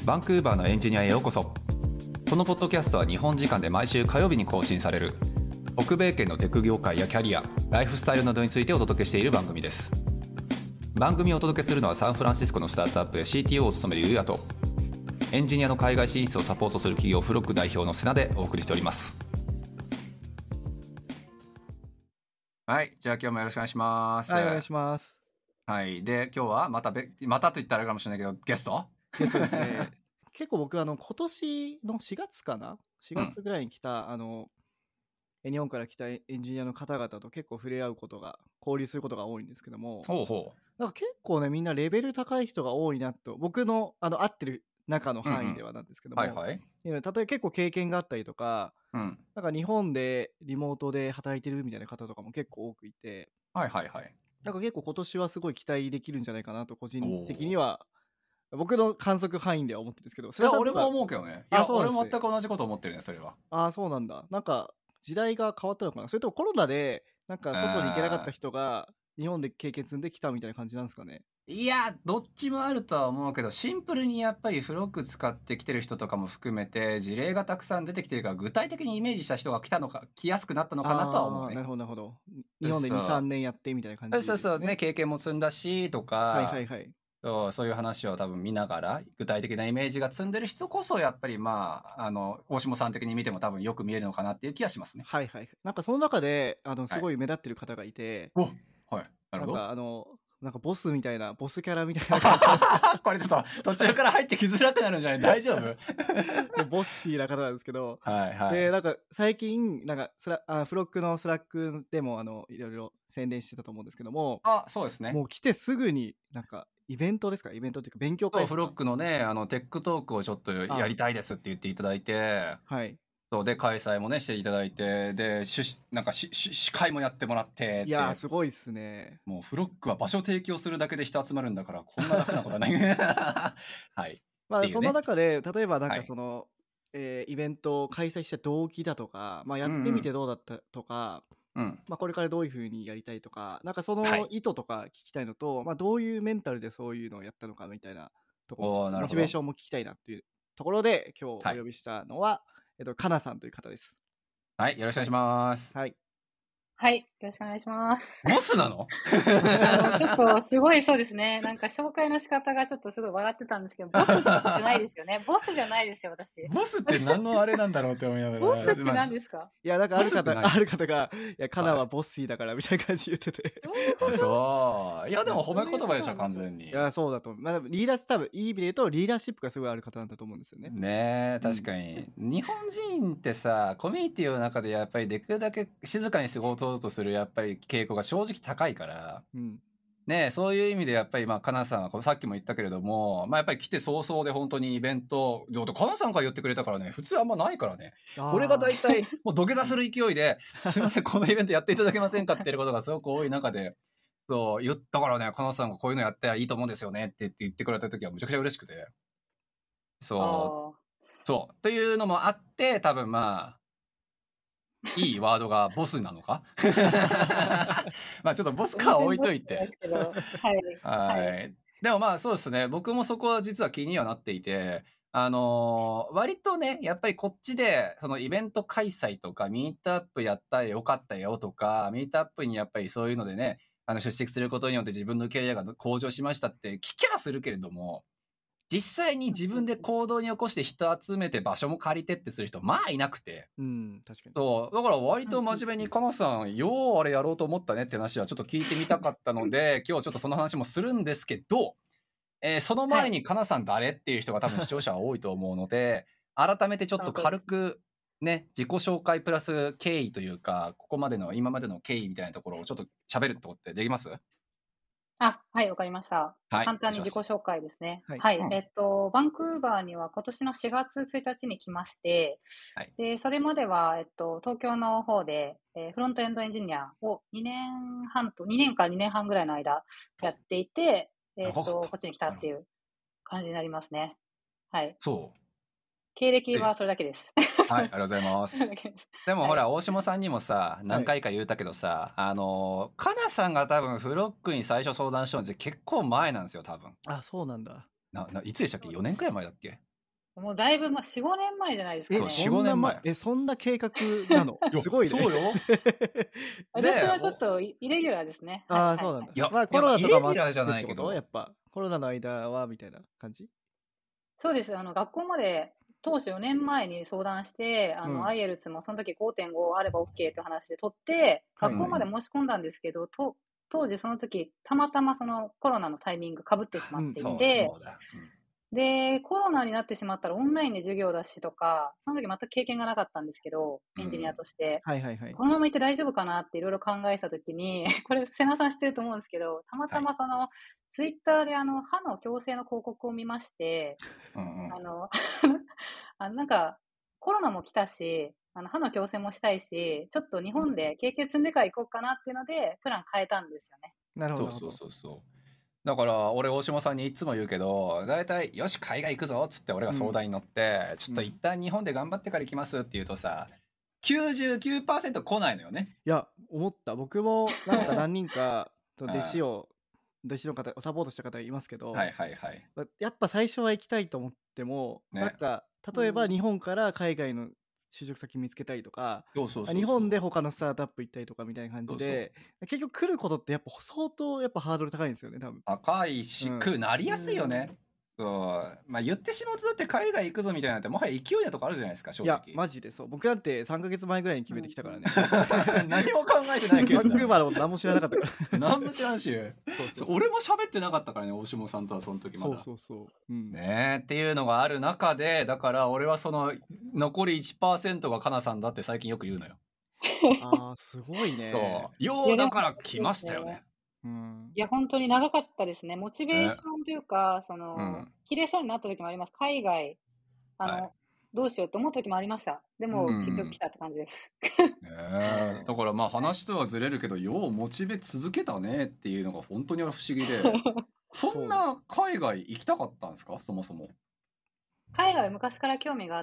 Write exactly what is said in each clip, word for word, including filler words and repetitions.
バンクーバーのエンジニアへようこそ。このポッドキャストは日本時間で毎週火曜日に更新される北米圏のテック業界やキャリア、ライフスタイルなどについてお届けしている番組です。番組をお届けするのはサンフランシスコのスタートアップで シーティーオー を務めるユウヤと、エンジニアの海外進出をサポートする企業フロック代表のセナでお送りしております。はい、じゃあ今日もよろしくお願いします。 はい、お願いします。 はい、で今日はまたべまたと言ったらあれかもしれないけどゲストゲストですね。結構僕あの今年のしがつかなしがつぐらいに来た、うん、あの日本から来たエンジニアの方々と結構触れ合うことが交流することが多いんですけども、 ほうほう、 なんか結構ねみんなレベル高い人が多いなと、僕のあの合ってる中の範囲ではなんですけども、 うんうん、はいはい、 例えば結構経験があったりとか、うん、なんか日本でリモートで働いてるみたいな方とかも結構多くいて、 はいはいはい、 なんか結構今年はすごい期待できるんじゃないかなと個人的には僕の観測範囲では思ってるんですけど、 いや俺も思うけどね。いや、ね、俺も全く同じこと思ってるね、それは。 ああ、そうなんだ。なんか時代が変わったのかな。それともコロナでなんか外に行けなかった人が日本で経験積んできたみたいな感じなんですかね。 いや、どっちもあるとは思うけど、シンプルにやっぱりフロック使ってきてる人とかも含めて事例がたくさん出てきてるから、具体的にイメージした人が来たのか来やすくなったのかなとは思うね。 なるほどなるほど。日本でに、さんねんやってみたいな感じですね。 そうそうね、経験も積んだしとか、 はいはいはい。 そう、そういう話を多分見ながら具体的なイメージが積んでる人こそやっぱりまああの大下さん的に見ても多分よく見えるのかなっていう気がしますね。 はいはい。なんかその中であのすごい目立ってる方がいて、 はい、おはい、なるほど。 なんかあのなんかボスみたいなボスキャラみたいな感じなんですこれちょっと途中から入ってきづらくなるんじゃない？大丈夫？ そうボッシーな方なんですけど、 はいはい。 でなんか最近なんかスラあフロックのスラックでもあのいろいろ宣伝してたと思うんですけども、 あ、そうですね。 もう来てすぐになんかイベントですか、イベントっていうか勉強会ですか。 フロックのねあのテックトークをちょっとやりたいですって言っていただいて、 はい。 そうで開催もねしていただいて、でなんかし司会もやってもらって、 いやーすごいっすね。 もうフロックは場所提供するだけで人集まるんだからこんな楽なことはないはい。 まあ、 ね、 その中で例えばなんかその、はい、えー、イベントを開催した動機だとか、まあ、やってみてどうだったとか、うんうん、まあ、これからどういう風にやりたいとか、なんかその意図とか聞きたいのと、はい、まあ、どういうメンタルでそういうのをやったのかみたいなところ、モチベーションも聞きたいなっていうところで今日お呼びしたのは、はい、えっと、かなさんという方です。 はい、よろしくお願いします。 はい。はい、よろしくお願いします。 ボスなの？ あのちょっとすごいそうですね。なんか紹介の仕方がちょっとすごい笑ってたんですけど、ボスじゃないですよね。ボスじゃないですよ、私。 ボスって何のあれなんだろうって思いながら。 ボスって何ですか？ いや、なんかある方、ある方が、いや、カナはボッシーだからみたいな感じで言ってて。 あ、そう。いや、でも褒め言葉でしょ、完全に。 いや、そうだと思う。まあ、リーダー、多分いい意味で言うと、リーダーシップがすごいある方なんだと思うんですよね。 ねえ、確かに。うん、日本人ってさ、コミュニティの中でやっぱりできるだけ静かに過ごそうとするやっぱり傾向が正直高いから、うん、ねえ、そういう意味でやっぱりまあかなさんはさっきも言ったけれども、まあやっぱり来て早々で本当にイベント、かなさんから言ってくれたからね、普通あんまないからね。俺が大体もう土下座する勢いで、すいませんこのイベントやっていただけませんかっていうことがすごく多い中で、そう言ったからね、かなさんがこういうのやったらいいと思うんですよねって言って言ってくれた時はむちゃくちゃ嬉しくて、そうそうというのもあって、多分まあいいワードがボスなのかまあちょっとボスかは置いといてはい、はい、でもまあそうですね、僕もそこは実は気にはなっていて、あのー、割とねやっぱりこっちでそのイベント開催とかミートアップやったらよかったよとか、ミートアップにやっぱりそういうのでねあの出席することによって自分のキャリアが向上しましたって聞きゃするけれども、実際に自分で行動に起こして人集めて場所も借りてってする人まあいなくて、 うん、確かに。 そうだから割と真面目にかなさんようあれやろうと思ったねって話はちょっと聞いてみたかったので今日ちょっとその話もするんですけど、えー、その前にかなさん誰っていう人が多分視聴者は多いと思うので改めてちょっと軽くね自己紹介プラス経緯というかここまでの今までの経緯みたいなところをちょっと喋るってことってできます？ あ、はい、わかりました。はい、簡単に自己紹介ですね。はい、はいうん、えっと、バンクーバーには今年のしがつついたちに来まして、はい、で、それまでは、えっと、東京の方で、えー、フロントエンドエンジニアをにねんはんと、にねんからにねんはんぐらいの間やっていて、えっと、こっちに来たっていう感じになりますね。はい。 そう。 経歴はそれだけです。 はい、ありがとうございます。でもほら、はい、大下さんにもさ、何回か言うたけどさ、はい、あの、かなさんが多分フロックに最初相談したのって結構前なんですよ、多分。 あ、そうなんだ。 な、ないつでしたっけ？よねんくらい前だっけ？ もうだいぶ、ま、よん、ごねんまえじゃないですかね。 え、よん、ごねんまえ。え、そんな計画なのすごいね。 そうよ。 私はちょっとイレギュラーですね。 ああ、そうなんだ。 いや、 まあコロナとかもあってってってことやっぱ、コロナの間はみたいな感じ？ そうです。あの、学校まで当初よねんまえに相談して、あの、 うん、 アイエルツもその時 ごてんご あれば OK って話で取って、学校まで申し込んだんですけど、と当時その時、たまたまそのコロナのタイミングかぶってしまっていて、で、コロナになってしまったらオンラインで授業だしとか、その時全く経験がなかったんですけど、エンジニアとして。 はいはいはい。 このまま行って大丈夫かなっていろいろ考えた時に、これ瀬名さん知ってると思うんですけど、たまたまその、ツイッターであの、歯の矯正の広告を見まして、うんうん、あの、あなんか、コロナも来たし、あの歯の矯正もしたいし、ちょっと日本で経験積んでから行こうかなっていうので、プラン変えたんですよね。 なるほど。 そうそうそう。だから俺大島さんにいつも言うけど、だいたいよし海外行くぞっつって俺が相談に乗って、うん、ちょっと一旦日本で頑張ってから行きますって言うとさ、きゅうじゅうきゅうパーセント 来ないのよね。 いや思った。僕もなんか何人かと弟子を弟子の方をサポートした方いますけど、 はいはいはい、 やっぱ最初は行きたいと思っても、ね、なんか例えば日本から海外の就職先見つけたりとか、日本で他のスタートアップ行ったりとかみたいな感じで、そうそう結局来ることってやっぱ相当やっぱハードル高いんですよね多分。 高いし、うん、なりやすいよね。そう、まあ言ってしまうとだって海外行くぞみたいなってもはや勢いなとこあるじゃないですか正直。 いやマジでそう。僕なんてさんかげつまえぐらいに決めてきたからね。 何も考えてないけど。 バンクーバーのこと何も知らなかったから。 何も知らんし。そうそうそう、俺も喋ってなかったからね大下さんとはその時まだ。 そうそうそう。うん、 ねえっていうのがある中で、だから俺はその残り いちパーセント がかなさんだって最近よく言うのよ。 ああすごいね。 そうようだから来ましたよね。 うん、いや本当に長かったですね。モチベーションというか、その、うん、切れそうになった時もあります。海外あの、はい、どうしようと思う時もありました。でも、うん、結局来たって感じです。 ね、だからまあ話とはずれるけど、ようモチベ続けたねっていうのが本当に不思議で。そんな海外行きたかったんですかそもそも。 海外は昔から興味があって、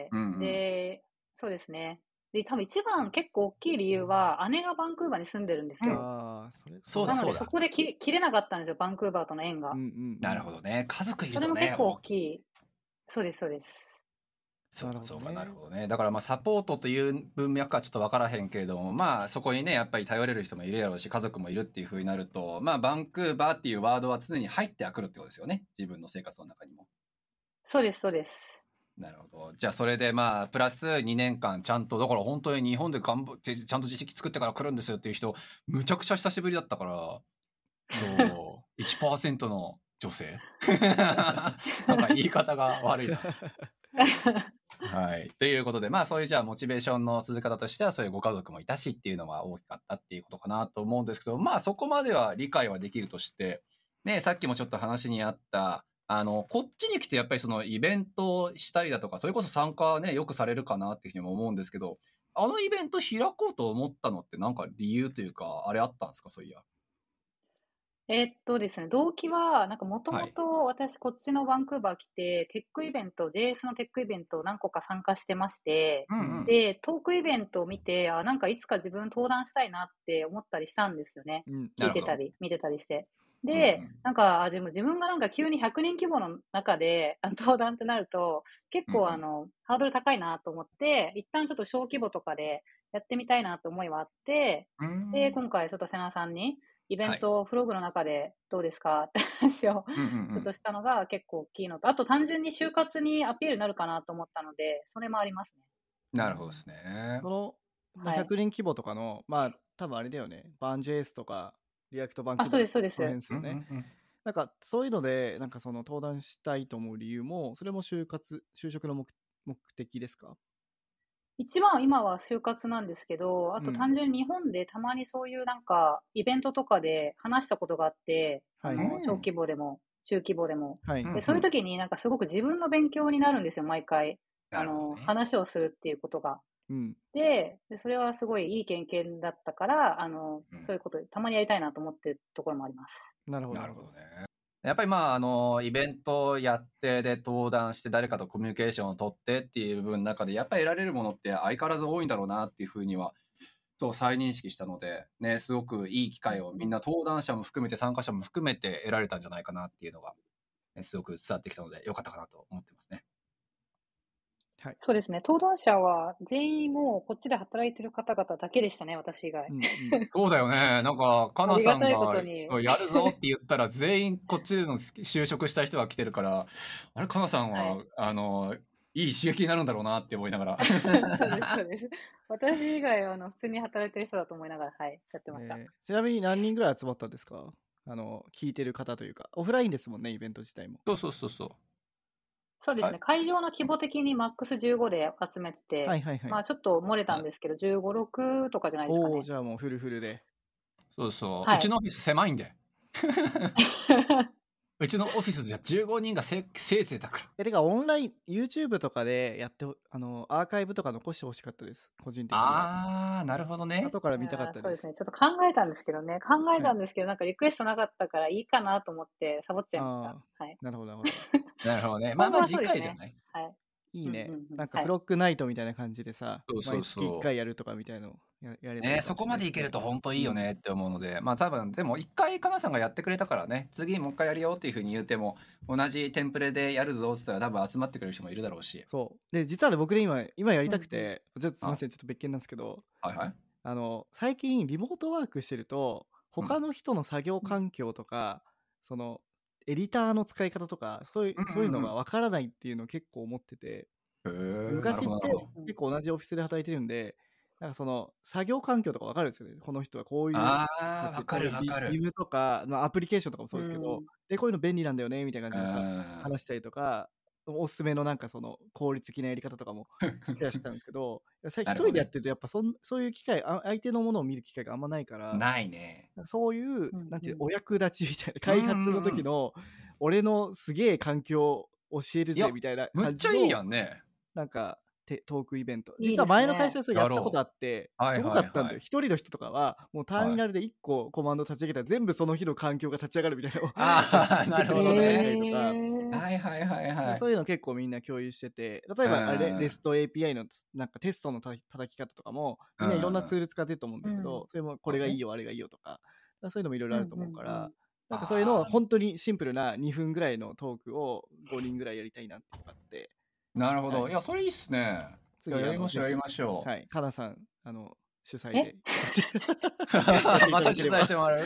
うんうん、でそうですね。で多分一番結構大きい理由は姉がバンクーバーに住んでるんですよ。 ああ、それそうだそうだ。 なのでそこで切れなかったんですよ、バンクーバーとの縁が。 うんうん、 なるほどね。家族いるとね。 それも結構大きい。そうですそうです。 そうかそうか、なるほどね。だからまあサポートという文脈はちょっと分からへんけれども、まあそこにねやっぱり頼れる人もいるやろうし、家族もいるっていう風になると、まあバンクーバーっていうワードは常に入ってはくるってことですよね、自分の生活の中にも。 そうですそうです。 なるほど。じゃあそれでまあプラスにねんかんちゃんと、だから本当に日本で頑張ってちゃんと実績作ってから来るんですよっていう人むちゃくちゃ久しぶりだったから、そういちパーセント の女性なんか言い方が悪いな。はい。ということで、まあそういうじゃあモチベーションの続け方としてはそういうご家族もいたしっていうのが大きかったっていうことかなと思うんですけど、まあそこまでは理解はできるとして、ね、さっきもちょっと話にあった、あの、こっちに来てやっぱりそのイベントしたりだとか、それこそ参加ね、よくされるかなっていうふうにも思うんですけど、あのイベント開こうと思ったのってなんか理由というか、あれあったんですか、そういや。 えー、っとですね、動機は、なんかもともと私こっちのバンクーバー来て、テックイベント、ジェイエス のテックイベントを何個か参加してまして、うんうん、で、トークイベントを見て、あ、なんかいつか自分登壇したいなって思ったりしたんですよね。うん、聞いてたり、見てたりして。で、うんうん、なんか、でも自分がなんか急にひゃくにん規模の中で登壇ってなると、結構あの、うんうん、ハードル高いなと思って、一旦ちょっと小規模とかでやってみたいなと思いはあって、うん、で、今回ちょっと瀬名さんに、イベントフログの中でどうですかって話をちょっとしたのが結構大きいのと、あと単純に就活にアピールになるかなと思ったので、それもありますね。 なるほどですね。 このひゃくにん規模とかの、はい、まあ多分あれだよね、バン ジェイエス とかリアクトバンクーバー、 あ、そうですそうです。 ですよね。うんうんうん、なんかそういうのでなんかその登壇したいと思う理由も、それも就活就職の 目, 目的ですか？ 一番今は就活なんですけど、あと単純に日本でたまにそういうなんかイベントとかで話したことがあって、はい、あの小規模でも中規模でも、はい、でそういう時になんかすごく自分の勉強になるんですよ、毎回。あの、ね、話をするっていうことが。うん、で, でそれはすごいいい経験だったからあの、うん、そういうことたまにやりたいなと思ってるところもあります。 なるほどなるほどね。やっぱりまああのイベントやってで登壇して誰かとコミュニケーションを取ってっていう部分の中でやっぱり得られるものって相変わらず多いんだろうなっていうふうにはそう再認識したのでね、すごくいい機会をみんな登壇者も含めて参加者も含めて得られたんじゃないかなっていうのが、ね、すごく伝わってきたのでよかったかなと思ってますね。 はい、そうですね。登壇者は全員もうこっちで働いてる方々だけでしたね、私以外。うんうん、 そうだよね。なんか、かなさんがやるぞって言ったら全員こっちの就職した人が来てるから、あれ、かなさんは、はい、あの、いい刺激になるんだろうなって思いながら。 そうです、そうです。私以外はあの普通に働いてる人だと思いながら、はい、やってました。えー、 ちなみに何人ぐらい集まったんですか？あの、聞いてる方というか、オフラインですもんね、イベント自体も。 そうそうそうそう。 そうですね、会場の規模的にマックスじゅうごで集めてて、はいはいはい、まあちょっと漏れたんですけど、じゅうご、ろくとかじゃないですかね。 おー、じゃあもうフルフルで。 そうそう、はい、うちのオフィス狭いんで。うちのオフィスじゃじゅうごにんがせせいぜいだから。 え、てかオンライン、YouTube とかでやって、あの、アーカイブとか残してほしかったです。個人的には。 ああ、なるほどね。 後から見たかったです。 そうですね。ちょっと考えたんですけどね。考えたんですけど、はい、なんかリクエストなかったからいいかなと思ってサボっちゃいました。はい。 なるほど、なるほど。 なるほどね。まあまあ次回じゃない、 はい。 いいね、うんうんうん。なんかフロックナイトみたいな感じでさ、そうそうそう、毎月いっかいやるとかみたいなのややればいいね、そこまでいけると本当いいよねって思うので、うん、まあ多分でも一回かなさんがやってくれたからね、次もう一回やるよっていうふうに言うても同じテンプレでやるぞって言ったら多分集まってくれる人もいるだろうし。 そうで実はね僕ね今今やりたくて、うん、ちょっとすみませんちょっと別件なんですけど、 はいはい、 あの最近リモートワークしてると他の人の作業環境とか、うん、そのエディターの使い方とかそういう、うんうんうん、そういうのがわからないっていうのを結構思ってて、昔って結構同じオフィスで働いてるんで、なんかその作業環境とか分かるんですよね。この人はこういう、 ああ、分かる分かる。 ビムとかのアプリケーションとかもそうですけど、うん、でこういうの便利なんだよねみたいな感じでさ話したりとか、おすすめのなんかその効率的なやり方とかもケアしてたんですけど、一人でやってるとやっぱそんそういう機会、相手のものを見る機会があんまないから、 ないね。 そういう、うんうん、なんていうお役立ちみたいな開発の時の俺のすげえ環境を教えるぜみたいな感じの、 めっちゃいいやんね。 なんかトークイベント、実は前の会社でそれやったことあって、すごかったんだよ。一人の人とかはもうターミナルでいっこコマンド立ち上げたら全部その日の環境が立ち上がるみたいなのをあなるほどね。 はいはいはいはい。そういうの結構みんな共有してて、例えばあれレスト エーピーアイ のなんかテストのた叩き方とかもみんないろんなツール使ってると思うんだけど、それもこれがいいよあれがいいよとか、そういうのもいろいろあると思うから、なんかそういうのを本当にシンプルなにふんぐらいのトークをごにんぐらいやりたいなってあって。 なるほど、はい、いやそれいいっすね。次やりましょうやりましょう。 はい、かなさんあの主催でまた主催してもらう。はい。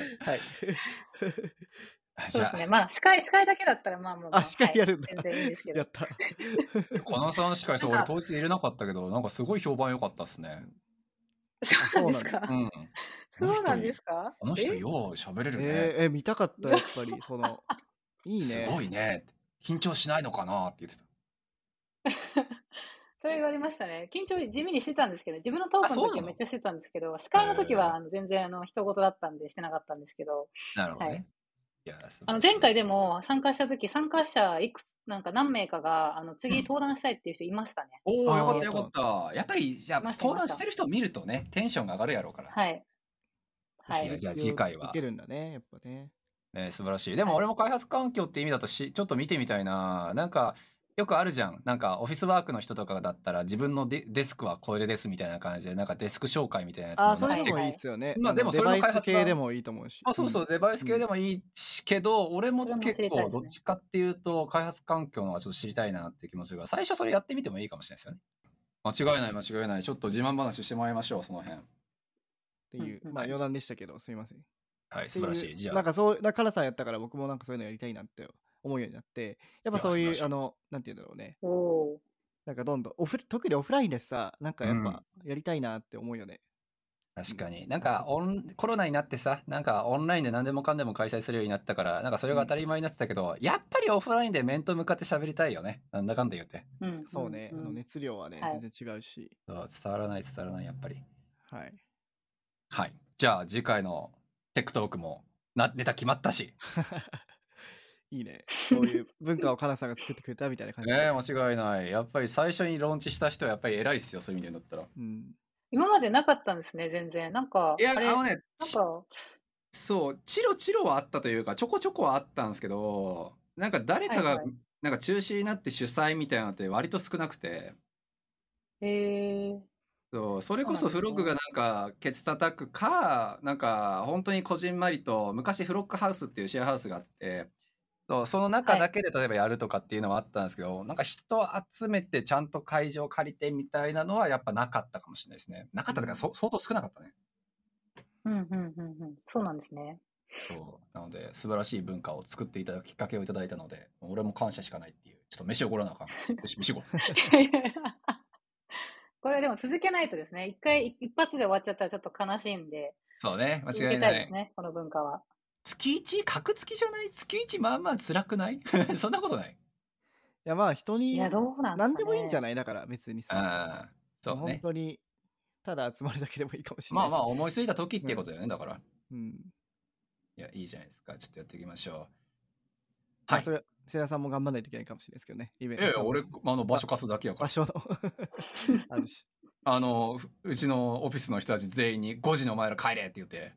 そうですね。まあ司会司会だけだったらまあもう、まあ、 あ司会やるんだ。 はい、全然いいですけど。 やった。 かなさん司会そう俺当日入れなかったけどなんかすごい評判良かったっすね。 そうなんですか。 うん。 そうなんですか。 あの人よう喋れるね。 えー、え見たかったやっぱりそのいいね。 すごいね。緊張しないのかなって言ってた。 それ言われましたね。緊張地味にしてたんですけど、自分のトークの時はめっちゃしてたんですけど、司会の時はあの全然あの人事だったんでしてなかったんですけど。 なるほどね。はい、 いやあの前回でも参加した時、参加者いくつなんか何名かがあの次登壇したいっていう人いましたね。 うん、おおよかったよかった。やっぱりじゃあ登壇してる人を見るとねテンションが上がるやろうから。 はい。 はい。じゃあ次回は。 受けるんだねやっぱね。 ね素晴らしい。でも俺も開発環境って意味だとしちょっと見てみたいな。なんか。よくあるじゃん。なんかオフィスワークの人とかだったら自分の デ, デスクはこれですみたいな感じでなんかデスク紹介みたいなやつ。 あ、それでもいいっすよね。 まあでもそれの開発系でもいいと思うし。 あそうそう、デバイス系でもいいしけど、俺も結構どっちかっていうと開発環境の方がちょっと知りたいなって気もするから、最初それやってみてもいいかもしれないですよね。間違いない間違いない。ちょっと自慢話してもらいましょうその辺。 っていうまあ余談でしたけどすいません。 はい素晴らしい。じゃあなんかそうなカラさんやったから僕もなんかそういうのやりたいなって思うようになって、やっぱそういうあのなんていうんだろうね。 おなんかどんどんオフ特にオフラインでさなんかやっぱやりたいなって思うよね。 うん、確かになんかオンコロナになってさなんかオンラインで何でもかんでも開催するようになったからなんかそれが当たり前になってたけど、うん、やっぱりオフラインで面と向かって喋りたいよねなんだかんだ言って。 うん、 そうね、うん、あの熱量はね、はい、全然違うしそう伝わらない伝わらないやっぱり。 はいはい。じゃあ次回のテックトークもなネタ決まったし。 いいね。そういう文化をカナさんが作ってくれたみたいな感じで。 ね間違いない。やっぱり最初にローンチした人はやっぱり偉いっすよ、そういう意味でだったら。 うん、 今までなかったんですね、全然。なんか、 いや、あのね、 なんかそう、チロチロはあったというか、ちょこちょこはあったんですけど、なんか誰かが、なんか中止になって主催みたいなのって割と少なくて。 へえー。 そうそれこそフロッグがなんかケツ叩くかなんか本当にこじんまりと昔フロッグハウスっていうシェアハウスがあってそうその中だけで例えばやるとかっていうのはあったんですけど、はい、なんか人を集めてちゃんと会場を借りてみたいなのはやっぱなかったかもしれないですね。なかったというか、うん、相当少なかったね。 うんうんうんうん。そうなんですね。 そうなので素晴らしい文化を作っていただくきっかけをいただいたので、俺も感謝しかないっていう。ちょっと飯をごらなあかん。よし飯ごこれでも続けないとですね、一回一発で終わっちゃったらちょっっと悲しいんで。 そうね、間違いない。 続けたいですね、この文化は。 月いち格付きじゃない？月いちまあまあ辛くないそんなことない？いやまあ人にいやどうなんですかね、 何でもいいんじゃない？だから別にさ。 あそうね。 本当にただ集まるだけでもいいかもしれまないし。 あまあ思いついた時っていうことだよね、だから。 うん。 いやいいじゃないですか。ちょっとやっていきましょう。 はい。それせいやさんも頑張らないといけないかもしれないですけどね。イベント。 ええ、俺あの場所貸すだけやから。 場所のあるし。あのうちのオフィスの人たち全員にごじの前の帰れって言って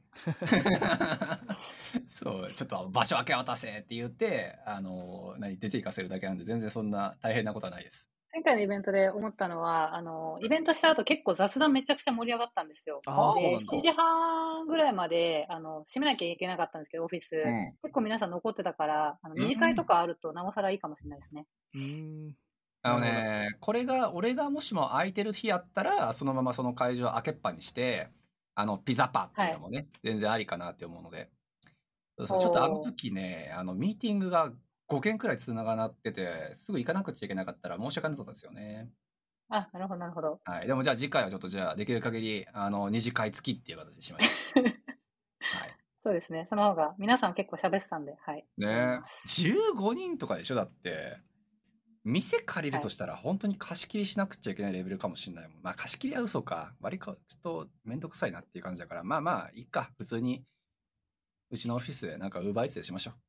そうちょっと場所明け渡せって言ってあの何出て行かせるだけなんで全然そんな大変なことはないです。 前回のイベントで思ったのはあのイベントした後結構雑談めちゃくちゃ盛り上がったんですよ。でしちじはんぐらいまであの閉めなきゃいけなかったんですけどオフィス、うん、結構皆さん残ってたからあの二次会とかあるとなおさらいいかもしれないですね。 うんあのね、これが俺がもしも空いてる日やったらそのままその会場開けっぱにしてあのピザパっていうのもね、はい、全然ありかなって思うので、そうちょっとあの時ねあのミーティングがごけんくらいつながなっててすぐ行かなくちゃいけなかったら申し訳なかったんですよね。 あ、なるほどなるほど。 はい、でもじゃあ次回はちょっとじゃあできる限りあの二次会付きっていう形にしましょう。はい。 そうですね。その方が皆さん結構喋ってたんで、はい。 ね、じゅうごにんとかでしょだって。店借りるとしたら本当に貸し切りしなくちゃいけないレベルかもしれないもん。まあ貸し切りは嘘か。割かちょっとめんどくさいなっていう感じだから、まあまあいいか。普通にうちのオフィスでなんかウーバーイーツでしましょう。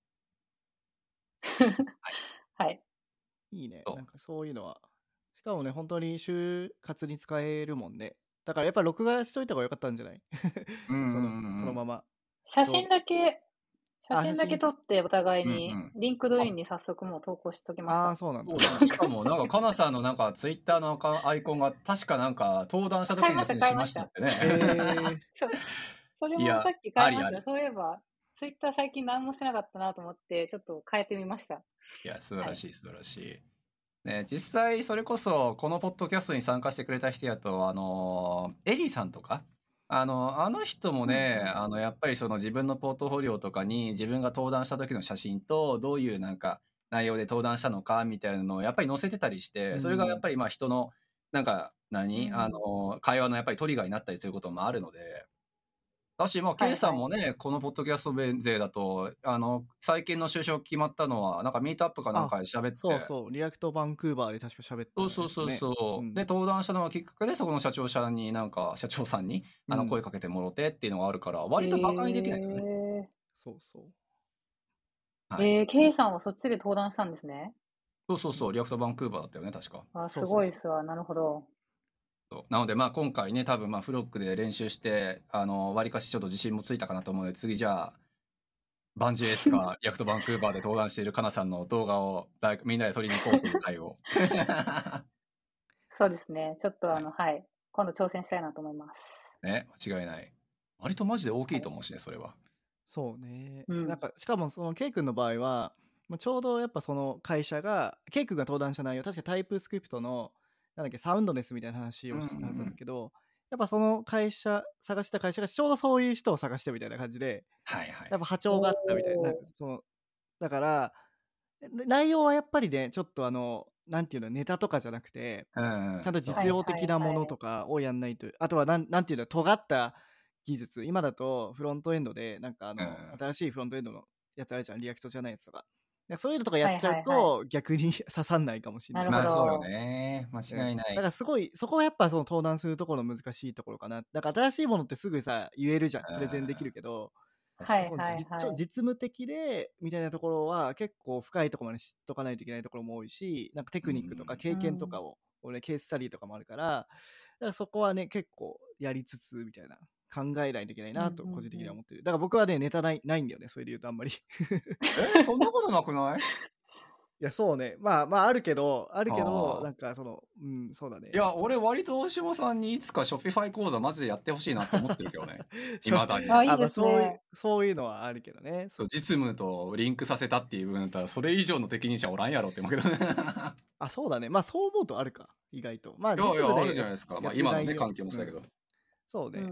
はい。 いいね。なんかそういうのは。しかもね、本当に就活に使えるもんね。だからやっぱ録画しといた方が良かったんじゃない？そのそのまま。 写真だけ写真だけ撮ってお互いにリンクドインに早速もう投稿しときました。 ああそうなんだ。 しかもなんかかなさんのなんかツイッターのアイコンが確かなんか登壇した時にやつにしましたってね。それもさっき変えました。そういえばツイッター最近何もしてなかったなと思ってちょっと変えてみました。いや素晴らしい、はい、素晴らしい。ね、実際それこそこのポッドキャストに参加してくれた人やとあのエリーさんとかあのあの人もね、うんうん、あのやっぱりその自分のポートフォリオとかに自分が登壇した時の写真とどういうなんか内容で登壇したのかみたいなのをやっぱり載せてたりして、うん、それがやっぱりまあ人のなんか何、うん、あの会話のやっぱりトリガーになったりすることもあるので。だし、まあ、K さんもね、はいはい、このポッドキャスト勢だと、あの、最近の就職決まったのは、なんかミートアップかなんかで喋って。 そうそう、リアクトバンクーバーで確か喋って、 ね。そうそうそうそう、うん。で、登壇したのがきっかけで、そこの社長さんになんか、社長さんにあの声かけてもろてっていうのがあるから、うん、割と馬鹿にできないよね。 えー、 そうそう。 はい、えー、K さんはそっちで登壇したんですね。 そうそうそう、リアクトバンクーバーだったよね、確か。 あ、すごいっすわ、なるほど。 なのでまあ今回ね多分まあフロックで練習してあの割かしちょっと自信もついたかなと思うので次じゃあバンジーエスかリアクトバンクーバーで登壇しているかなさんの動画をみんなで撮りに行こうという回をそうですねちょっとあの、はい、はい、今度挑戦したいなと思いますね間違いない割とマジで大きいと思うしね、はい、それはそうね、うん、なんかしかもその K 君の場合はちょうどやっぱその会社が K 君が登壇した内容確かタイプスクリプトのなんだっけサウンドネスみたいな話をしたはずなんだけど、うんうんうん、やっぱその会社探した会社がちょうどそういう人を探してみたいな感じで、 はいはい、 やっぱ波長があったみたいな、なんかそのだから内容はやっぱりねちょっとあのなんていうのネタとかじゃなくて、うんうん、ちゃんと実用的なものとかをやんないと、はいはいはい、あとはなんなんていうの尖った技術今だとフロントエンドでなんかあの、うん、新しいフロントエンドのやつあるじゃんリアクトじゃないやつとかそういうのとかやっちゃうと、はいはいはい、逆に刺さんないかもしれない。 まあそうよね。間違いない。 だからすごいそこはやっぱその登壇するところの難しいところかな。だから新しいものってすぐさ言えるじゃん。プレゼンできるけど、 はいはいはい、 実, 実務的でみたいなところは結構深いところまで知っとかないといけないところも多いし、なんかテクニックとか経験とかを、うん、俺ケーススタディとかもあるから、だからそこはね結構やりつつみたいな。考えないといけないなと個人的には思ってる、うんうんうん、だから僕はねネタないないんだよねそれで言うとあんまりえー、そんなことなくないいや、そうね。まあまあ、あるけど、あるけど、なんかその、うん、そうだね。 いや、俺割と大島さんにいつか Shopify 講座マジでやってほしいなって思ってるけどね。未だに。 あ、いいですね。 そういうのはあるけどね。 そう、実務とリンクさせたっていう部分だったら、それ以上の適任者おらんやろって思うけどね。 あ、そうだね。まあそう思うとあるか、意外と。まあ、 いやいや、あるじゃないですか。まあ今のね、環境もそうだけど。 そうね。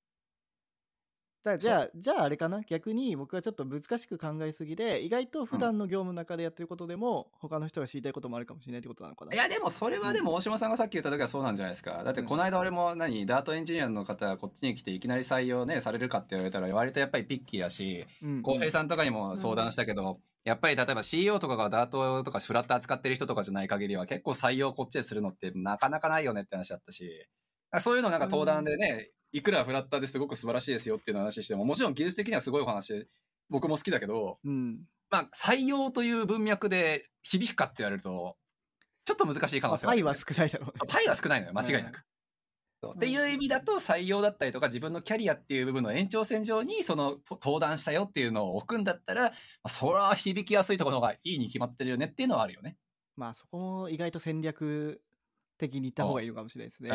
じゃあ、じゃああれかな、逆に僕はちょっと難しく考えすぎで、意外と普段の業務の中でやってることでも、うん、他の人が知りたいこともあるかもしれないってことなのかな。 いや、でもそれはでも大島さんがさっき言った時はそうなんじゃないですか。だってこの間俺も何、ダートエンジニアの方がこっちに来ていきなり採用ね、されるかって言われたら割とやっぱりピッキーだし、浩、うん、平さんとかにも相談したけど、うん、やっぱり例えば シーイーオー とかがダートとかフラッター使ってる人とかじゃない限りは結構採用こっちでするのってなかなかないよねって話だったし、そういうのなんか登壇でね、うんいくらフラッターですごく素晴らしいですよっていう話しても、もちろん技術的にはすごいお話、僕も好きだけど、うん、まあ採用という文脈で響くかって言われると、ちょっと難しい可能性はある、ね。 パイは少ないだろうね。 パイは少ないのよ、間違いなく。うん、っていう意味だと採用だったりとか自分のキャリアっていう部分の延長線上にその登壇したよっていうのを置くんだったら、まあ、それは響きやすいところの方がいいに決まってるよねっていうのはあるよね。 まあそこも意外と戦略的に行った方がいいのかもしれないですね。 うん、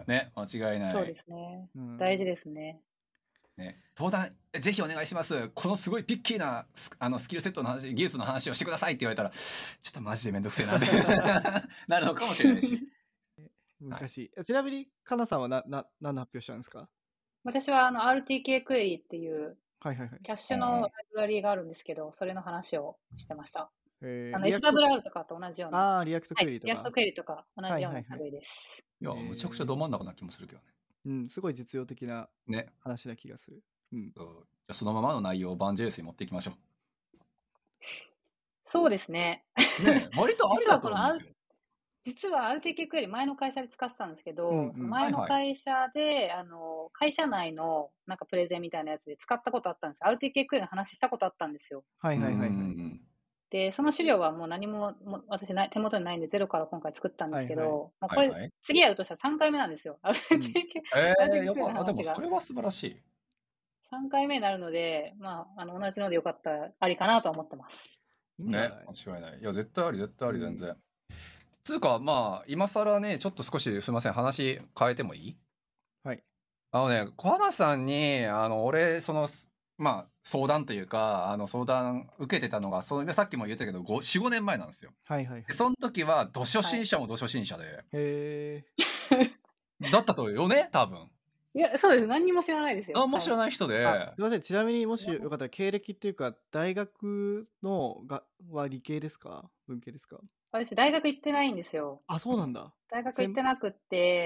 ね、間違いない。 そうですね。うん、大事ですね。 ね、登壇ぜひお願いします。このすごいピッキーなあのスキルセットの話、技術の話をしてくださいって言われたら、ちょっとマジでめんどくせえなってなるのかもしれないし。 難しい。はい、ちなみにかなさんはなな何の発表したんですか？ 私はあの アールティーケー クエリっていうキャッシュのライブラリーがあるんですけど、それの話をしてました。あの エスダブリューアール とかと同じような。 ああ、リアクトクエリとか。 はい、リアクトクエリとか同じような類です。 いや、むちゃくちゃど真ん中な気もするけどね。 うん、すごい実用的な話な気がする。ね、うん、 じゃそのままの内容をバンジェイスに持っていきましょう。 そうですね。 ね、割とあるだと思うけど。 実は アールティーケー クエリ前の会社で使ってたんですけど、うんうん、前の会社で、はいはい、あの会社内のなんかプレゼンみたいなやつで使ったことあったんですよ。アールティーケー クエリの話したことあったんですよ。 はいはいはい、はい。 で、その資料はもう何もも私手元にないんでゼロから今回作ったんですけど、はいはい、これ、はいはい、次やるとしたらさんかいめなんですよ。アールティーケー、 うん、えー、よかった。でもそれは素晴らしい。 さんかいめになるので、まあ、あの同じのでよかったらありかなとは思ってます。 ね、間違いない。いや、絶対あり、絶対あり、全然。うん、つうか、まあ、今更ね、ちょっと少しすみません、話変えてもいい？ はい。 あのね、小花さんに、あの、俺、その、まあ、相談というか、あの、相談受けてたのが、そのさっきも言ったけど、よん、ごねんまえなんですよ。 はいはい、はい。 その時は、ど初心者もど初心者で。はい、 へー。だったとよね、多分。 いや、そうです。何にも知らないですよ。 何も知らない人で。 すみません。ちなみにもしよかったら、経歴っていうか、大学のがは理系ですか？文系ですか？ 私、大学行ってないんですよ。 あ、そうなんだ。 大学行ってなくって、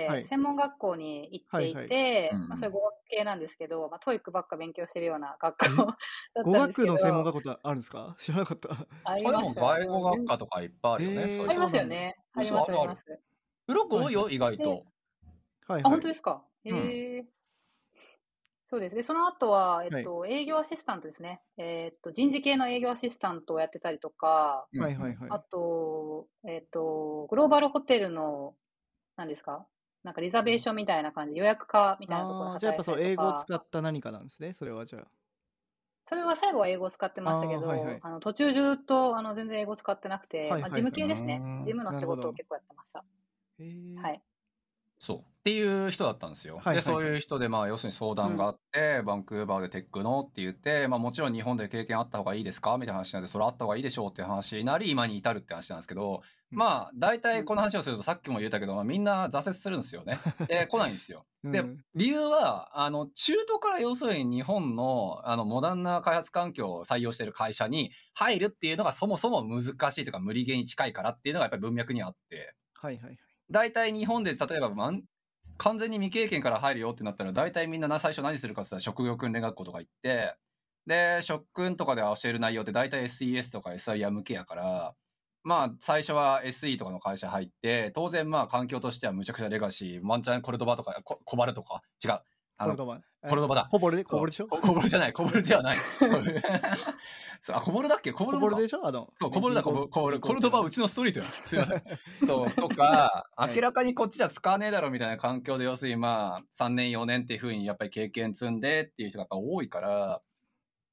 はい、専門学校に行っていて、はいはい、まあ、それ語学系なんですけど、まあ、トイックばっか勉強してるような学校だったんですけど。 語学の専門学校ってあるんですか？知らなかった。 あります。 でも外語学科とかいっぱいあるよね。 えー、ありますよね。あります、あります。 ブロック多いよ、意外と。はいはい、あ、本当ですか？へえー。うんそうです。で、その後は、えっと、はい、営業アシスタントですね。えっと、人事系の営業アシスタントをやってたりとか、 はいはいはい。 あと、えっと、グローバルホテルの、何ですか？なんかリザベーションみたいな感じで予約化みたいなところで働いたりとか。 じゃあやっぱそう、英語を使った何かなんですね、それはじゃあ。 それは最後は英語を使ってましたけど、あ、はいはい、あの途中ずっとあの全然英語使ってなくて、はいはいはい、まあ、事務系ですね。事務の仕事を結構やってました。はい。 そうっていう人だったんですよ。はいはいはい、でそういう人でまあ要するに相談があって、うん、バンクーバーでテックのって言って、まあ、もちろん日本で経験あった方がいいですかみたいな話なんで、それあった方がいいでしょうっていう話になり今に至るって話なんですけど、うん、まあ大体この話をするとさっきも言ったけど、まあ、みんな挫折するんですよね。で来ないんですよ。うん、で理由はあの中途から要するに日本のあのモダンな開発環境を採用している会社に入るっていうのがそもそも難しいというか無理ゲーに近いからっていうのがやっぱり文脈にあって、 はいはいはい、 大体日本で例えば完全に未経験から入るよってなったら大体みんな最初何するかって言ったら職業訓練学校とか行って、で職訓とかで教える内容って大体 エスイーエス とか エスアイアール 向けやから、まあ最初は エスイー とかの会社入って当然まあ環境としてはむちゃくちゃレガシー、ワンチャンコルドバとかココバルとか違うコルドバコルドバだコボルでコボルでしょコボルじゃないコボルではないそうあコボルだっけコボルコボルでしょあのそうコボルだコボルコボルコルドバはうちのストリートやすいませんそうとか明らかにこっちじゃ使わねえだろみたいな環境で要するにまあさんねんよねんっていう風にやっぱり経験積んでっていう人がやっぱ多いから、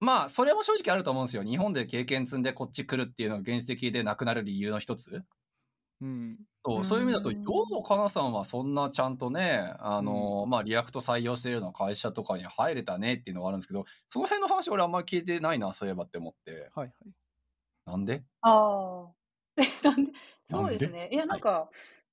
まあそれも正直あると思うんですよ。日本で経験積んでこっち来るっていうのが原始的でなくなる理由の一つ。うん、そうそういう意味だと、ようかなさんはそんなちゃんとね、あの、うん、まあリアクト採用してるような会社とかに入れたねっていうのはあるんですけど、その辺の話俺あんまり聞いてないな、そういえばって思って。はいはい。なんで？ ああ。なんでそうですね。いや、なんか、はい、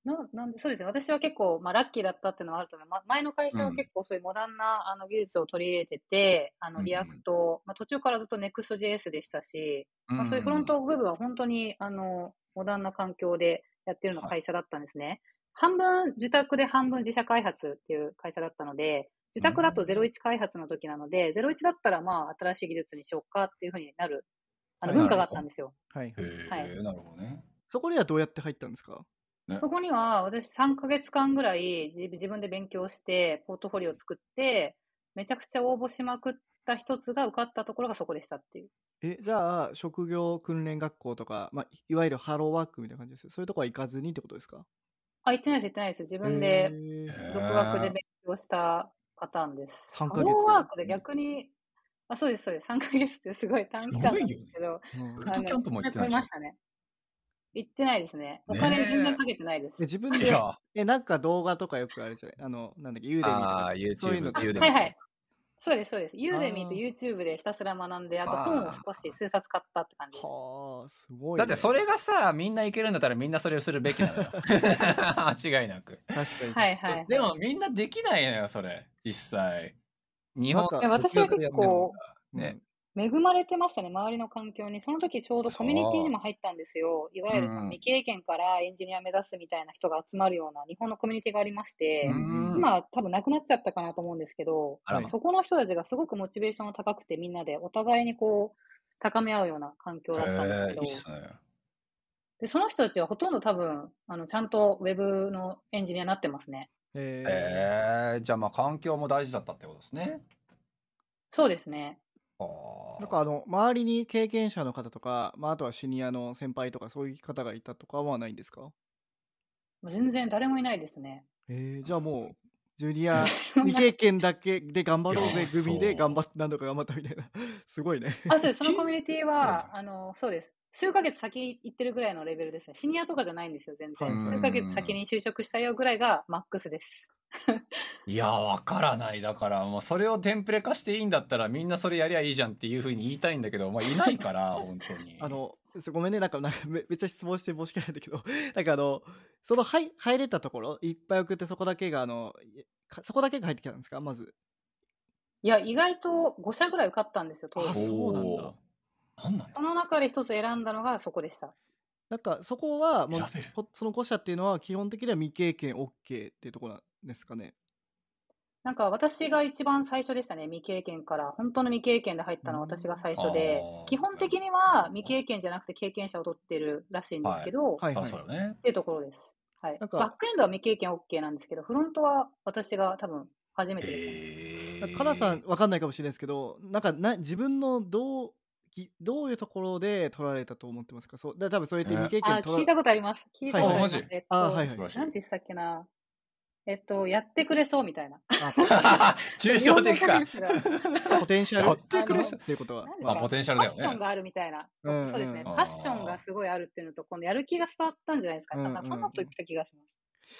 ななんで、そうですね。私は結構、まあ、ラッキーだったっていうのはあると思う。ま、前の会社は結構そういうモダンな、あの技術を取り入れてて、あのリアクト、まあ、途中からずっと ネクストジェイエス でしたし、まあ、そういうフロント部分は本当にあのモダンな環境でやってるの会社だったんですね。はい、半分自宅で半分自社開発っていう会社だったので、自宅だとゼロイチ開発の時なので、ゼロイチだったらまあ新しい技術にしようかっていうふうになるあの文化があったんですよ。 はい。はい。なるほどね。 そこにはどうやって入ったんですか？ ね、そこには私さんかげつかんぐらい自分で勉強してポートフォリオを作ってめちゃくちゃ応募しまくった一つが受かったところがそこでしたっていう。 え、じゃあ職業訓練学校とか、まあ、いわゆるハローワークみたいな感じです。そういうとこは行かずにってことですか？ あ、行ってないです行ってないです。自分で独学で勉強したパターンです。ハローワークで逆に、あ、そうですそうです。さんかげつってすごい短期間なんですけど、 ブートキャンプも行ってないましたね。行ってないですね。お金全然かけてないです。 自分で、え、なんか動画とかよくあるじゃない、あの、なんだっけ、ユーデミとか。 あ、YouTube、そういうの。 はいはい。そうです、そうです。ユーデミと YouTube でひたすら学んで、あと本を少し数冊買ったって感じです。 はあ、すごい、 ね。だってそれがさ、みんないけるんだったらみんなそれをするべきなのよ。間違いなく。 確かに。 はいはい、はい。 でもみんなできないのよ、それ。実際。日本か私は結構、ね。恵まれてましたね、周りの環境に。その時ちょうどコミュニティにも入ったんですよ。いわゆるその未経験からエンジニア目指すみたいな人が集まるような日本のコミュニティがありまして、今は多分なくなっちゃったかなと思うんですけど、そこの人たちがすごくモチベーションが高くてみんなでお互いにこう高め合うような環境だったんですけど、いいっすね。でその人たちはほとんど多分あのちゃんとウェブのエンジニアになってますね。 へえー、じゃあまあ環境も大事だったってことですね。 そうですね。 なんかあの周りに経験者の方とか、まあ、あとはシニアの先輩とかそういう方がいたとかはないんですか？ 全然誰もいないですね。 えー、じゃあもうジュニア未経験だけで頑張ろうぜ組で頑張っ何度か頑張ったみたいなすごいね。 あ、そうです。そのコミュニティはあのそうです。数ヶ月先行ってるぐらいのレベルですね。シニアとかじゃないんですよ、全然。数ヶ月先に就職したよぐらいがマックスです。 いやわからない。だからもうそれをテンプレ化していいんだったらみんなそれやりゃいいじゃんっていうふうに言いたいんだけど、まあ、いないから本当に。 あのごめんね、なんかなんか め, めっちゃ質問して申し訳ないんだけどなんかあのその入入れたところいっぱい送ってそこだけがあのそこだけが入ってきたんですかまず？ いや意外とご社ぐらい受かったんですよ当時。 あ、そうなんだ。 なんなんだ。その中で一つ選んだのがそこでした。 なんかそこはもうそのご社っていうのは基本的には未経験 OK っていうところなんですかね？ なんか私が一番最初でしたね。未経験から本当の未経験で入ったのは私が最初で、基本的には未経験じゃなくて経験者を取ってるらしいんですけど、 はいはいはい、 っていうところです。はい。バックエンドは未経験 OK なんですけど、フロントは私が多分初めてでしたね。カナさんわかんないかもしれないですけど、なんかな自分のどうどういうところで取られたと思ってますか？そうだ多分そうやって未経験、 えー、あ聞いたことあります。聞いたことあります。はいはい、えっと、 あ、はいはい。 なんでしたっけな。えっと、やってくれそうみたいな。 抽象的か。 ポテンシャルやってくれそうっていうことは。 まあ、ポテンシャルだよね。 パッションがあるみたいな。うんうん、そうですね。パッションがすごいあるっていうのと、今度やる気が伝わったんじゃないですか。うんうんうん、そんなこと言った気がします。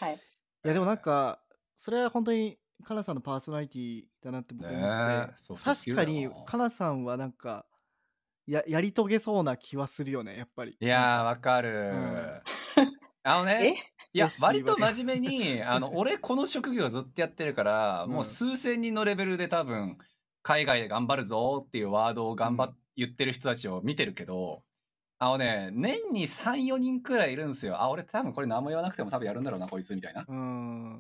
はい。いや、でもなんか、それは本当に、カナさんのパーソナリティだなって僕思って、ね、確かに、カナさんはなんか、や, やり遂げそうな気はするよね、やっぱり。 いやー、わかる、うん。あのね。いや割と真面目にあの俺この職業ずっとやってるから、うん、もう数千人のレベルで多分海外で頑張るぞっていうワードを頑張っ、うん、言ってる人たちを見てるけど、あのね年に さん,よ 人くらいいるんですよ。あ、俺多分これ何も言わなくても多分やるんだろうなこいつみたいな。うん、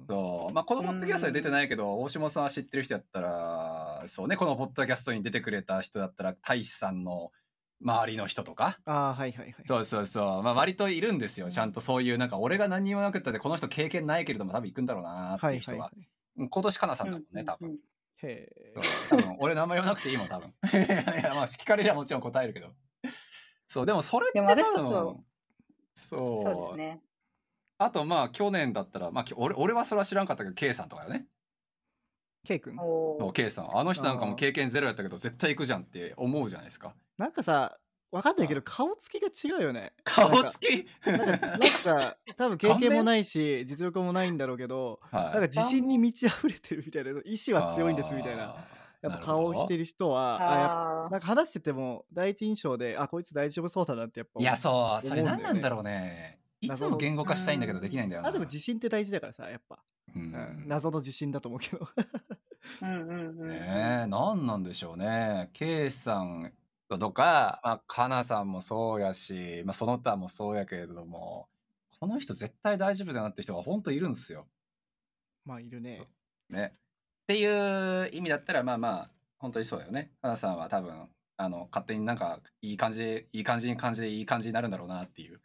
そうまあこのポッドキャストで出てないけど、大下さんは知ってる人やったらそうね、このポッドキャストに出てくれた人だったら大志さんの周りの人とか、 あ、はいはいはい、 そうそうそう、まあ割といるんですよ。ちゃんとそういうなんか俺が何にもなくったってこの人経験ないけれども多分行くんだろうなっていう人が、はいはいはい、今年かなさんだもんね多分。うんうん、へえ。多分俺名前言わなくていいもん多分。いやまあ聞かれりゃもちろん答えるけど。そうでもそれって多分そうそうですね。 あとまあ去年だったらまあ俺俺はそれは知らんかったけど K さんとかよね。 K 君そう K さんあの人なんかも経験ゼロやったけど絶対行くじゃんって思うじゃないですか。 なんかさわかんないけど顔つきが違うよね。 顔つきなんかなんか多分経験もないし実力もないんだろうけど、はい、なんか自信に満ち溢れてるみたいな、意志は強いんですみたいな。やっぱ顔をしてる人はああなんか話してても第一印象であこいつ大丈夫そうだなってやっぱ思う、 いやそうそれ何なんだろうね。いつも言語化したいんだけどできないんだよな。 あでも自信って大事だからさやっぱ、うん、うん、謎の自信だと思うけどうんうんうん、 ねえ何なんでしょうね。K さんとか、まあ、かなさんもそうやし、まあ、その他もそうやけれどもこの人絶対大丈夫だなって人が本当いるんですよ。 まあいるね。 ねっていう意味だったらまあまあ本当にそうだよね。かなさんは多分あの勝手になんかいい感じでいい感じに感じでいい感じになるんだろうなっていう。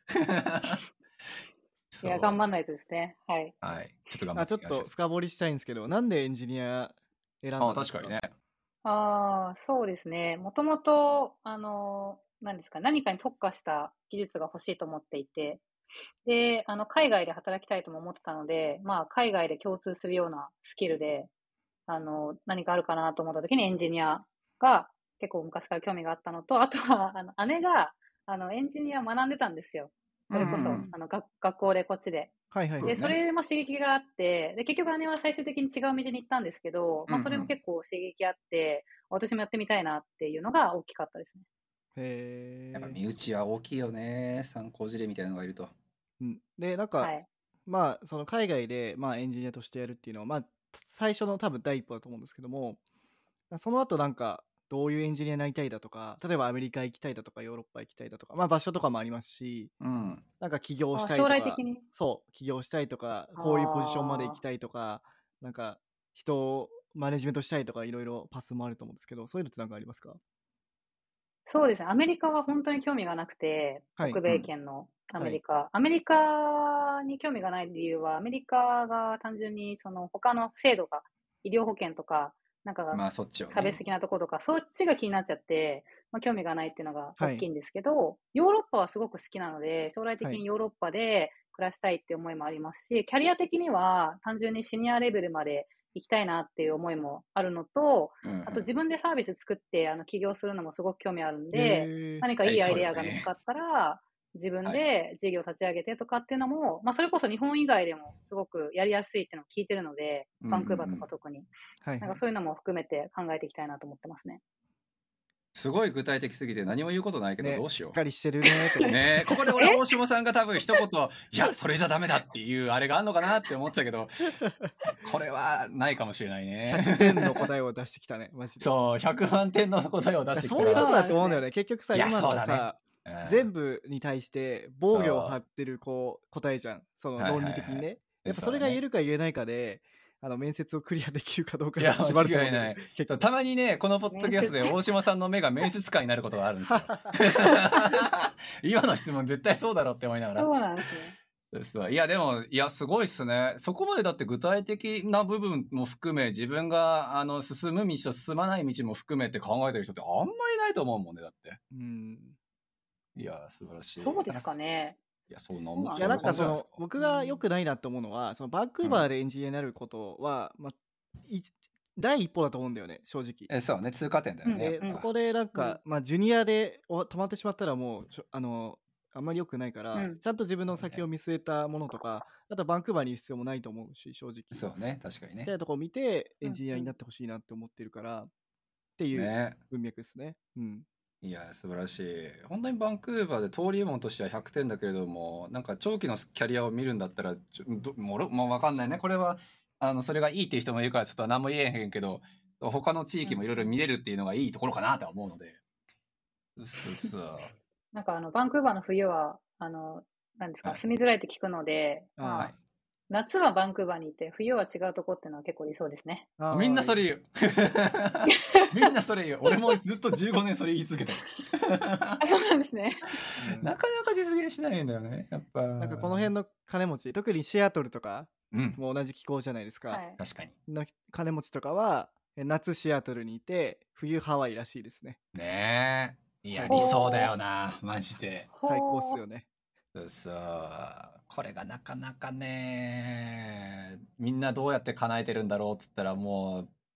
いや頑張んないとですね。はい。 はい。ちょっと頑張ってちょっと深掘りしたいんですけど、なんでエンジニア選んだんですか？ あ確かにね。 ああ、そうですね。もともと、あの、何ですか、何かに特化した技術が欲しいと思っていて、で、あの、海外で働きたいとも思ってたので、まあ、海外で共通するようなスキルで、あの、何かあるかなと思った時にエンジニアが結構昔から興味があったのと、あとは、あの、姉が、あの、エンジニア学んでたんですよ。それこそ、うんうん、あの、学、学校でこっちで。 はいはい、 で、それも刺激があって、で、結局姉は最終的に違う道に行ったんですけど、まあ、それも結構刺激あって、うんうん、私もやってみたいなっていうのが大きかったですね。 へえ。やっぱ身内は大きいよね。参考事例みたいなのがいると。 うん、で、なんか、はい、まあ、その海外で、まあ、エンジニアとしてやるっていうのは、まあ、最初の多分第一歩だと思うんですけども、その後なんか、どういうエンジニアになりたいだとか、例えばアメリカ行きたいだとか、ヨーロッパ行きたいだとか、まあ場所とかもありますし、 うん、 なんか起業したいとか、 将来的にそう起業したいとか、こういうポジションまで行きたいとか、なんか人をマネジメントしたいとかいろいろパスもあると思うんですけど、そういうのって何かありますか？ そうですね。アメリカは本当に興味がなくて、はい、北米圏のアメリカ、はい、アメリカに興味がない理由は、アメリカが単純にその他の制度が、医療保険とか、なんか差別的なところとか、まあ そ, ね、そっちが気になっちゃって、まあ、興味がないっていうのが大きいんですけど、はい、ヨーロッパはすごく好きなので、将来的にヨーロッパで暮らしたいって思いもありますし、はい、キャリア的には単純にシニアレベルまで行きたいなっていう思いもあるのと、うんうん、あと自分でサービス作ってあの起業するのもすごく興味あるんで、何かいいアイデアが見つかったら、自分で事業立ち上げてとかっていうのも、はい、まあそれこそ日本以外でもすごくやりやすいっていうのを聞いてるので、うんうんうん、バンクーバーとか特に、はいはい、なんかそういうのも含めて考えていきたいなと思ってますね。 すごい具体的すぎて何も言うことないけどどうしよう。 しっかりしてるねーねここで俺大下さんが多分一言いやそれじゃダメだっていうあれがあるのかなって思ってたけどこれはないかもしれないね。 ひゃくてんの答えを出してきたねマジで。 そうひゃくまんてんの答えを出してきた。 そういうとこだと思うんだよね。結局さ今のさ、ねうん、全部に対して防御を張ってるこう答えじゃん。その論理的にね、はいはいはい、やっぱそれが言えるか言えないかであの面接をクリアできるかどうかが決まると思う。いや間違いない。 たまにねこのポッドキャストで大島さんの目が面接官になることがあるんですよ今の質問絶対そうだろうって思いながら。 そうなんですね。 そういやでもいやすごいっすね。そこまでだって具体的な部分も含め自分があの進む道と進まない道も含めて考えてる人ってあんまりいないと思うもんねだって。うんいや素晴らしい。 そうですかね。 いやそうなんいやなんかその僕が良くないなと思うのはそのバンクーバーでエンジニアになることは、うんまあ、第一歩だと思うんだよね正直。 えそうね通過点だよね。 でそこでなんか、うんまあ、ジュニアで止まってしまったらもうあのあんまり良くないから、うん、ちゃんと自分の先を見据えたものとか、あとバンクーバーにいる必要もないと思うし正直。 そうね確かにね。 みたいなとこを見てエンジニアになってほしいなって思ってるから、っていう文脈ですね。うんいや素晴らしい。本当にバンクーバーで登竜門としてはひゃくてんだけれどもなんか長期のキャリアを見るんだったらちょどもうもう分かんないねこれはあのそれがいいっていう人もいるからちょっと何も言えへんけど他の地域もいろいろ見れるっていうのがいいところかなとは思うので、うん、そうそうなんかあのバンクーバーの冬はあのなんですか、はい、住みづらいって聞くので、まあはい夏はバンクーバーにいて冬は違うとこっていうのは結構理想ですね。 みんなそれ言うみんなそれ言う俺もずっとじゅうごねんそれ言い続けてるそうなんですねなかなか実現しないんだよねやっぱ。 なんかこの辺の金持ち特にシアトルとかも同じ気候じゃないですか、うんはい、 確かにの金持ちとかは夏シアトルにいて冬ハワイらしいですね。 ねえいや理想だよなマジで最高っすよね。 そうそうこれがなかなかねみんなどうやって叶えてるんだろうっつったらもう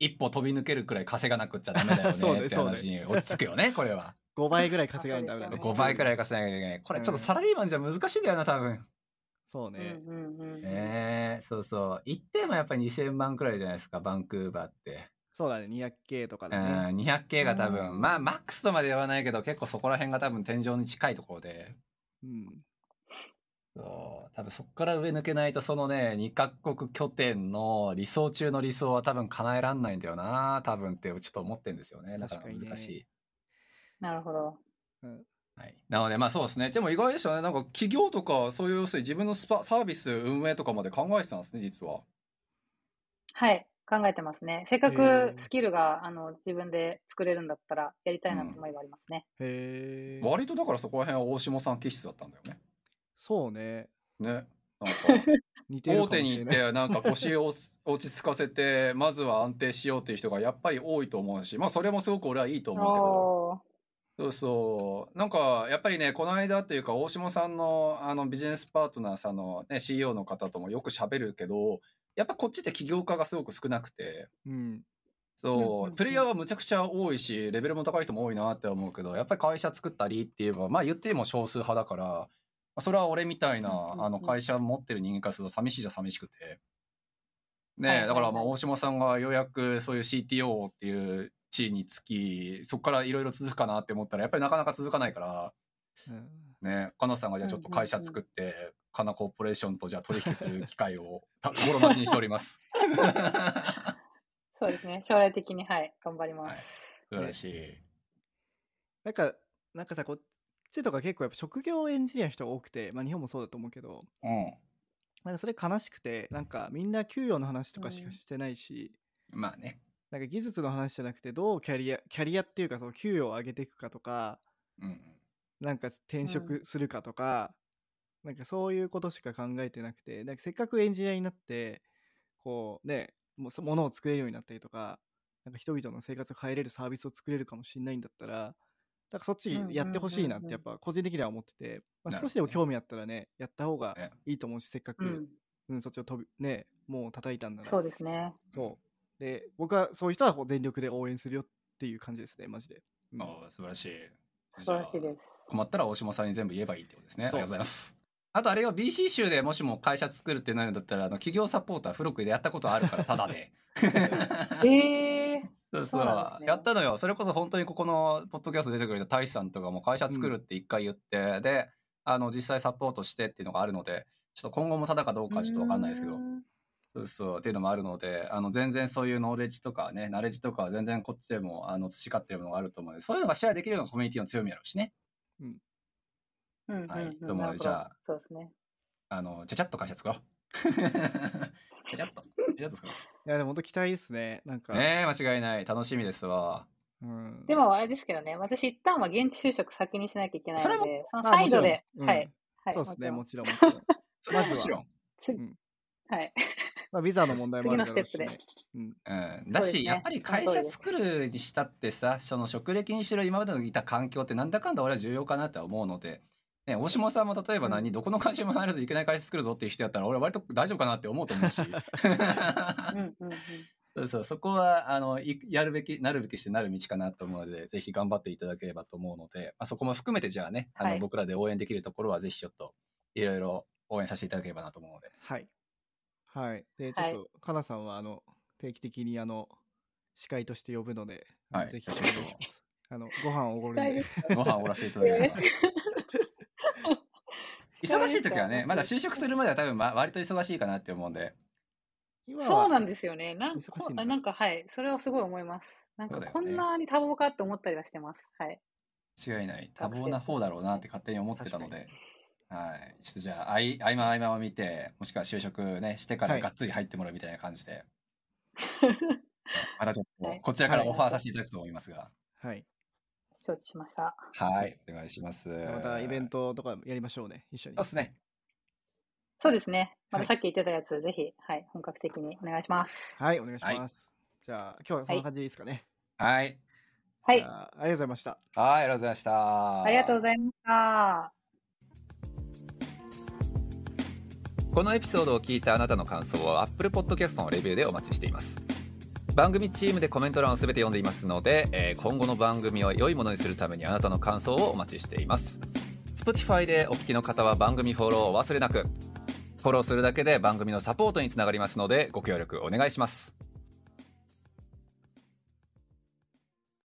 一歩飛び抜けるくらい稼がなくっちゃダメだよねそう、ね、って話に落ち着くよねこれは。 ごばいぐらい稼がないとダメだね。 ごばいくらい稼がないといけない。これちょっとサラリーマンじゃ難しいんだよな多分。 そうね。 ねえ、そうそう。一定もやっぱりにせんまんくらいじゃないですか、バンクーバーって。 そうだね、にひゃくケー とかだね。 うん、にひゃくケー が多分、まあ、マックスとまで言わないけど、結構そこら辺が多分天井に近いところで。うん。そう、多分そこから上抜けないと、そのね、にカ国拠点の理想中の理想は多分叶えらんないんだよな、多分ってちょっと思ってるんですよね。だから難しい。ね、 なるほど。 うん。はい、なのでまあそうですね。でも意外でしたね。なんか企業とかそういう自分のスパサービス運営とかまで考えてたんですね、実は。 はい、考えてますね。せっかくスキルがあの自分で作れるんだったらやりたいなと思いはありますね。 うん、へー割とだからそこら辺は大下さん気質だったんだよね。 そうね。 ね。なんか似てるかもしれない。大手に行ってなんか腰を落ち着かせてまずは安定しようっていう人がやっぱり多いと思うし、まあそれもすごく俺はいいと思うけど。そうそうなんかやっぱりねこの間っていうか大下さんのあのビジネスパートナーさんの、ね、シーイーオー の方ともよく喋るけどやっぱこっちって起業家がすごく少なくて、うん、そうプレイヤーはむちゃくちゃ多いしレベルも高い人も多いなって思うけどやっぱり会社作ったりっていうのはまあ言っても少数派だからそれは俺みたいなあの会社持ってる人間からすると寂しいじゃ寂しくてねだからまあ大下さんがようやくそういう シーティーオー っていう地位につきそこからいろいろ続くかなって思ったらやっぱりなかなか続かないから、うんね、かなさんがじゃあちょっと会社作って、うんうんうん、かなコーポレーションとじゃあ取引する機会を心待ちにしておりますそうですね将来的にはい頑張ります、はい、 素晴らしい、ね、 なんかなんかさこっちとか結構やっぱ職業エンジニアの人が多くて、まあ、日本もそうだと思うけど、うん、なんかそれ悲しくてなんかみんな給与の話とかしかしてないし、 うん、まあねなんか技術の話じゃなくてどうキャリアキャリアっていうかその給与を上げていくかとか、うん、なんか転職するかとか、うん、なんかそういうことしか考えてなくてなんかせっかくエンジニアになってこうねものを作れるようになったりとかなんか人々の生活を変えれるサービスを作れるかもしれないんだったらなんかそっちやってほしいなってやっぱ個人的には思ってて、まあ、少しでも興味あったらねやった方がいいと思うしせっかく、うんうん、そっちを飛びねもう叩いたんだらそうですねそうで僕はそういう人は全力で応援するよっていう感じですねマジで、 うん、あ素晴らしい素晴らしいです困ったら大下さんに全部言えばいいってことですねありがとうございますあとあれが ビーシー 州でもしも会社作るってなるんだったらあの企業サポーター付録でやったことあるからタダでえー、 そうそう、ね、やったのよそれこそ本当にここのポッドキャスト出てくれた大志さんとかも会社作るって一回言って、うん、であの実際サポートしてっていうのがあるのでちょっと今後もタダかどうかはちょっと分かんないですけどそうそうっていうのもあるのであの全然そういうノーレッジとかねナレッジとかは全然こっちでもあの培ってるものがあると思うのでそういうのがシェアできるようなコミュニティの強みやろうしねうんうん、 はいと思うのでじゃあそうですねあのちゃちゃっと会社作ろうちゃちゃっとちゃちゃっと作ろういやでも本当期待ですねなんかね間違いない楽しみですわ、 うん、でもあれですけどね私一旦は現地就職先にしなきゃいけないので そ, そのサイドで、うん、はい、はい、 そうですねもちろんもちろんまずは、 うん、はいまあ、ビザの問題もあるだろうし、ね、 次のステップで、 うんうん、だし、ね、やっぱり会社作るにしたってさその職歴にしろ今までのいた環境ってなんだかんだ俺は重要かなって思うので、ね、大下さんも例えば何、うん、どこの会社も入らずいけない会社作るぞっていう人やったら俺は割と大丈夫かなって思うと思うしうん、うん、そうそうそこはあのやるべきなるべきしてなる道かなと思うのでぜひ頑張っていただければと思うので、まあ、そこも含めてじゃあねあの、はい、僕らで応援できるところはぜひちょっといろいろ応援させていただければなと思うのではいはい、でちょっと、はい、かなさんはあの定期的にあの司会として呼ぶので、はい、ぜひお願いします。あのご飯をおごるんでご飯をおごらせていただきます。忙しい時はね、まだ就職するまでは多分、ま、割と忙しいかなって思うんで。 そうなんですよね。なんかなんかはいそれはすごい思います。なんかこんなに多忙かって思ったりはしてます。はい。 違いない多忙な方だろうなって勝手に思ってたので。はい、ちょっとじゃあ合間合間を見てもしくは就職ねしてからがっつり入ってもらうみたいな感じで、はい、またちょっとこちらからオファーさせていただくと思いますがはい承知しました。 はいお願いします。 またイベントとかやりましょうね一緒に。 そうですねそうですねまたさっき言ってたやつ、はい、ぜひ、はい、本格的にお願いします。 はいお願いします、はい、じゃあ今日はそんな感じでいいですかね。 はいはい、 あ、ありがとうございました。 はいありがとうございましたありがとうございました。 このエピソードを聞いたあなたの感想は Apple Podcast のレビューでお待ちしています。 番組チームでコメント欄をすべて読んでいますので、えー、今後の番組を良いものにするためにあなたの感想をお待ちしています。 Spotify でお聞きの方は番組フォローをお忘れなく。フォローするだけで番組のサポートにつながりますのでご協力お願いします。